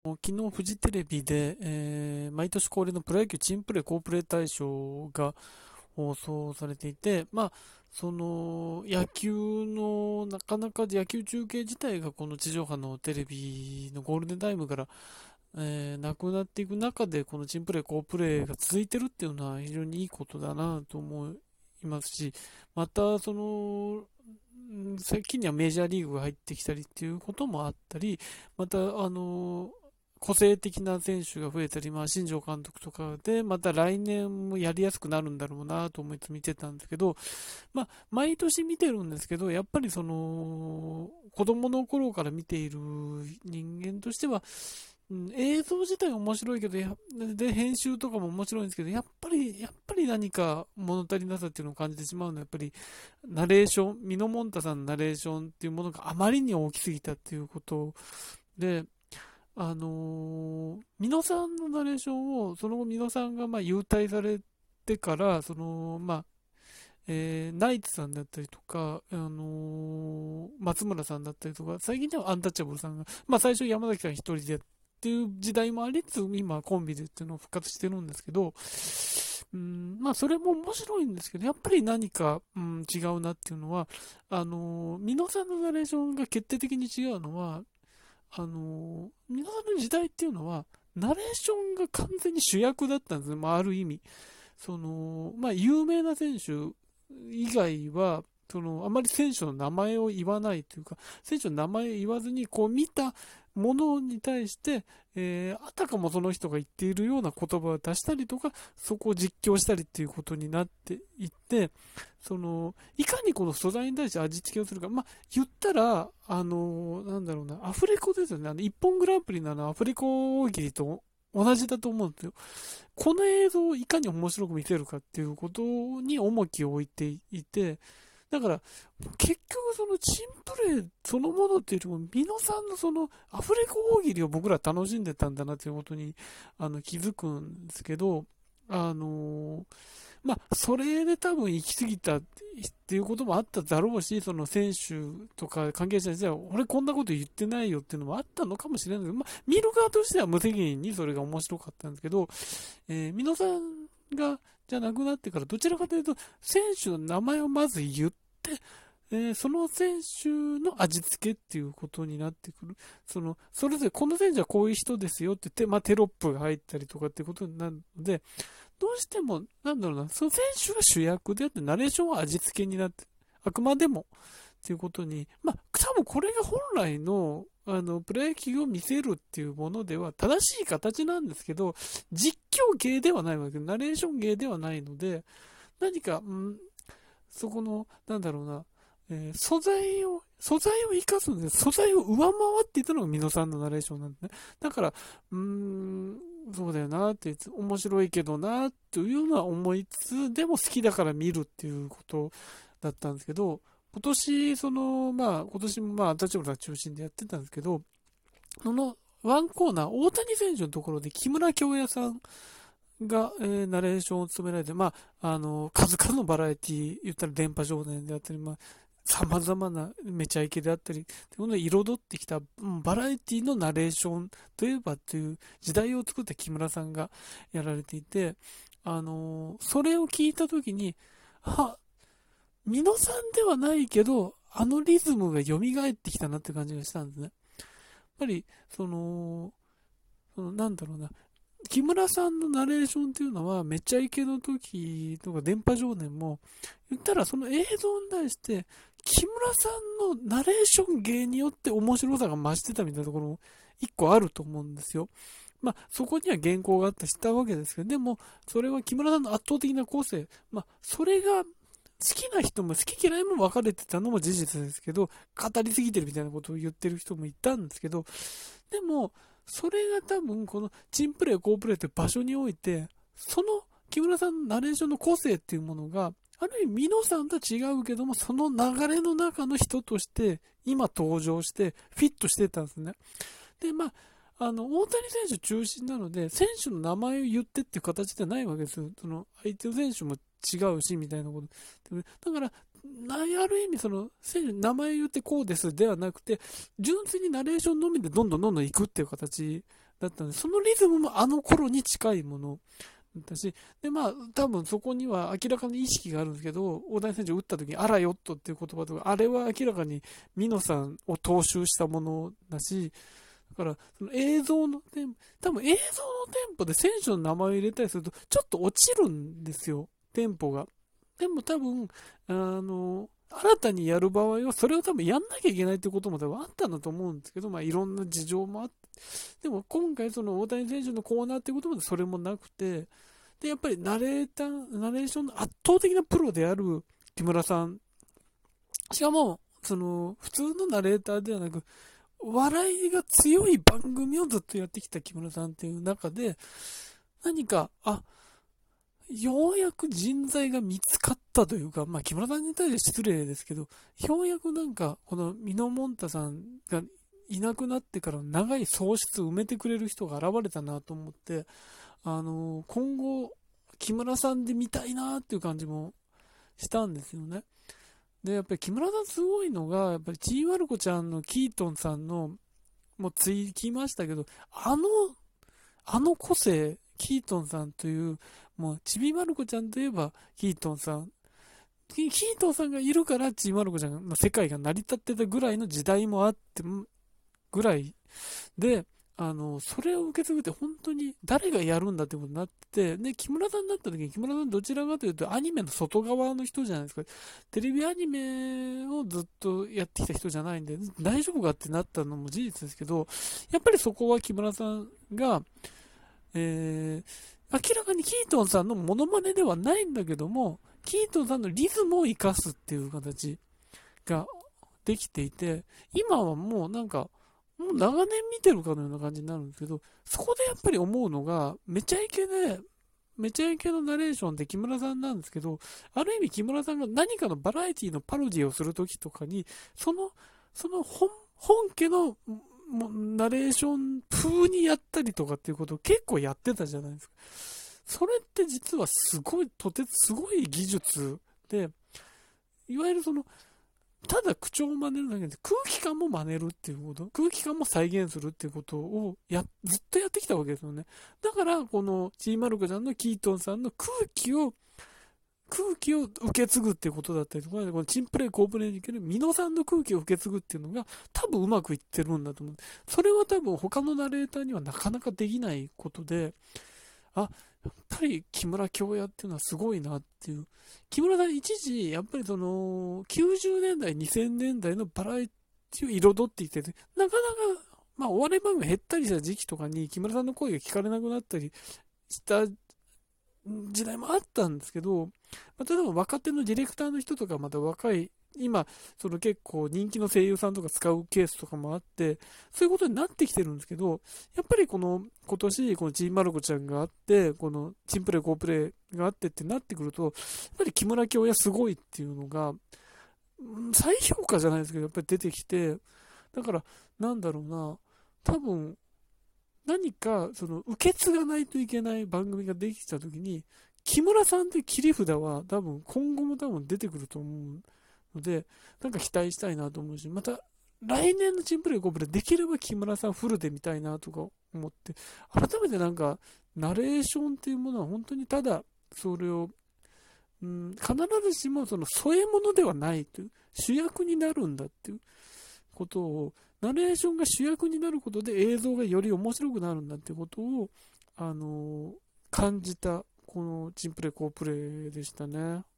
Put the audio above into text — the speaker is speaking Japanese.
昨日フジテレビで、毎年恒例のプロ野球チームプレー好プレー大賞が放送されていて、その野球の、なかなか野球中継自体がこの地上波のテレビのゴールデンタイムから、なくなっていく中で、このチームプレー好プレーが続いてるっていうのは非常にいいことだなと思いますし、また、最近にはメジャーリーグが入ってきたりっていうこともあったり、また、個性的な選手が増えたり、新庄監督とかで、また来年もやりやすくなるんだろうなと思いつつ見てたんですけど、毎年見てるんですけど、やっぱり子供の頃から見ている人間としては、映像自体は面白いけど、で、編集とかも面白いんですけど、やっぱり何か物足りなさっていうのを感じてしまうのは、やっぱり、ナレーション、ミノモンタさんのナレーションっていうものがあまりに大きすぎたっていうことで、ミノさんのナレーションを、その後ミノさんが勇退されてから、ナイツさんだったりとか、松村さんだったりとか、最近ではアンタッチャブルさんが、最初山崎さん一人でっていう時代もありつつ、今コンビでっていうのを復活してるんですけど、それも面白いんですけど、やっぱり何か、違うなっていうのは、ミノさんのナレーションが決定的に違うのは、ミノさんの時代っていうのは、ナレーションが完全に主役だったんですね、ある意味。有名な選手以外は、あまり選手の名前を言わないというか、選手の名前を言わずに、こう見たものに対して、あたかもその人が言っているような言葉を出したりとか、そこを実況したりっていうことになっていって、いかにこの素材に対して味付けをするか、言ったら、なんだろうな、アフレコですよね。一本グランプリのアフレコ大喜利と同じだと思うんですよ。この映像をいかに面白く見せるかっていうことに重きを置いていて、だから、結局そのチンプレーそのものっていうよりも、ミノさんのそのアフレコ大喜利を僕ら楽しんでたんだなっていうことに気づくんですけど、あのそれで多分行き過ぎたっていうこともあっただろうし、その選手とか関係者にしては、俺こんなこと言ってないよっていうのもあったのかもしれないけど、見る側としては無責任にそれが面白かったんですけど、ミノさんが、じゃなくなってから、どちらかというと、選手の名前をまず言って、その選手の味付けっていうことになってくる。それぞれ、この選手はこういう人ですよって言って、テロップが入ったりとかっていうことになるので、どうしても、なんだろうな、その選手が主役であって、ナレーションは味付けになって、あくまでも、っていうことに、多分これが本来の、プロ野球を見せるっていうものでは正しい形なんですけど、実況芸ではないわけで、ナレーション芸ではないので、何か、そこの、なんだろうな、素材を生かすんです。素材を上回っていたのが美濃さんのナレーションなんですね。だから、そうだよなって、面白いけどな、というのは思いつつ、でも好きだから見るっていうことだったんですけど、今年もアンタッチャブルが中心でやってたんですけど、そのワンコーナー、大谷選手のところで木村京也さんが、ナレーションを務められて、数々のバラエティ言ったら電波少年であったり、様々なめちゃイケであったり、というものを彩ってきた、バラエティのナレーションといえばという時代を作った木村さんがやられていて、それを聞いたときに、美濃さんではないけど、あのリズムが蘇ってきたなって感じがしたんですね。やっぱり、なんだろうな、木村さんのナレーションっていうのは、めちゃイケの時とか、電波少年も、言ったらその映像に対して、木村さんのナレーション芸によって面白さが増してたみたいなところも一個あると思うんですよ。そこには原稿があったりしたわけですけど、でも、それは木村さんの圧倒的な個性、それが好きな人も好き嫌いも分かれてたのも事実ですけど、語りすぎてるみたいなことを言ってる人もいたんですけど、でも、それが多分このチンプレー、好プレーという場所において、その木村さんのナレーションの個性っていうものが、ある意味、ミノさんとは違うけども、その流れの中の人として、今登場して、フィットしてたんですね。で、大谷選手中心なので、選手の名前を言ってっていう形ではないわけですよ。相手の選手も違うし、みたいなこと。だから、ある意味、選手の名前を言ってこうですではなくて、純粋にナレーションのみでどんどん行くっていう形だったんで、そのリズムもあの頃に近いものだったし、で、まあ、多分そこには明らかに意識があるんですけど、大谷選手を打った時に、あらよっとっていう言葉とか、あれは明らかにミノさんを踏襲したものだし、だから、その映像のテンポ、多分映像のテンポで選手の名前を入れたりすると、ちょっと落ちるんですよ、テンポが。でも多分、新たにやる場合は、それを多分やんなきゃいけないってことも多分あったんだと思うんですけど、まあいろんな事情もあって、でも今回その大谷選手のコーナーっていうことまでそれもなくて、で、やっぱりナレーションの圧倒的なプロである木村さん、しかも、その、普通のナレーターではなく、笑いが強い番組をずっとやってきた木村さんっていう中で、何か、ようやく人材が見つかったというか、まあ木村さんに対して失礼ですけど、ようやくなんか、このミノモンタさんがいなくなってからの長い喪失を埋めてくれる人が現れたなと思って、今後、木村さんで見たいなっていう感じもしたんですよね。で、やっぱり木村さんすごいのが、やっぱりちーまる子ちゃんのキートンさんの、もうついきましたけど、あの個性、キートンさんという、もうちびまる子ちゃんといえばキートンさん。キートンさんがいるからちびまる子ちゃんの世界が成り立ってたぐらいの時代もあってぐらいで、それを受け継ぐって本当に誰がやるんだってことになって、で、木村さんになった時に木村さんどちらかというとアニメの外側の人じゃないですか。テレビアニメをずっとやってきた人じゃないんで、大丈夫かってなったのも事実ですけど、やっぱりそこは木村さんが、明らかにキートンさんのモノマネではないんだけども、キートンさんのリズムを活かすっていう形ができていて、今はもうなんか、もう長年見てるかのような感じになるんですけど、そこでやっぱり思うのが、めちゃイケのナレーションって木村さんなんですけど、ある意味木村さんが何かのバラエティのパロディをするときとかに、その本家のナレーション風にやったりとかっていうことを結構やってたじゃないですか。それって実はすごい技術で、いわゆるその、ただ口調を真似るだけで空気感も真似るっていうこと、空気感も再現するっていうことをずっとやってきたわけですよね。だから、このちーまる子ちゃんのキートンさんの空気を受け継ぐっていうことだったりとか、このチンプレイ、コープレイにおけるミノさんの空気を受け継ぐっていうのが多分うまくいってるんだと思う。それは多分他のナレーターにはなかなかできないことで、やっぱり木村京也っていうのはすごいなっていう。木村さん一時、やっぱりその、90年代、2000年代のバラエティを彩っていて、なかなか、まあお笑い番組減ったりした時期とかに木村さんの声が聞かれなくなったりした時代もあったんですけど、まあ、例えば若手のディレクターの人とかまた若い、今、その結構人気の声優さんとか使うケースとかもあって、そういうことになってきてるんですけど、やっぱり今年、このチーマルコちゃんがあって、このチンプレイ、コープレイがあってってなってくると、やっぱり木村京也すごいっていうのが、再評価じゃないですけど、やっぱり出てきて、だから、なんだろうな、多分、何か、その、受け継がないといけない番組ができたときに、木村さんで切り札は多分、今後も多分出てくると思うので、なんか期待したいなと思うし、また、来年のチンプレイコープでできれば木村さんフルで見たいなとか思って、改めてなんか、ナレーションっていうものは本当にただ、それを、必ずしもその添え物ではないという、主役になるんだっていうことを、ナレーションが主役になることで映像がより面白くなるんだってことを、感じた、このチンプレイコープレイでしたね。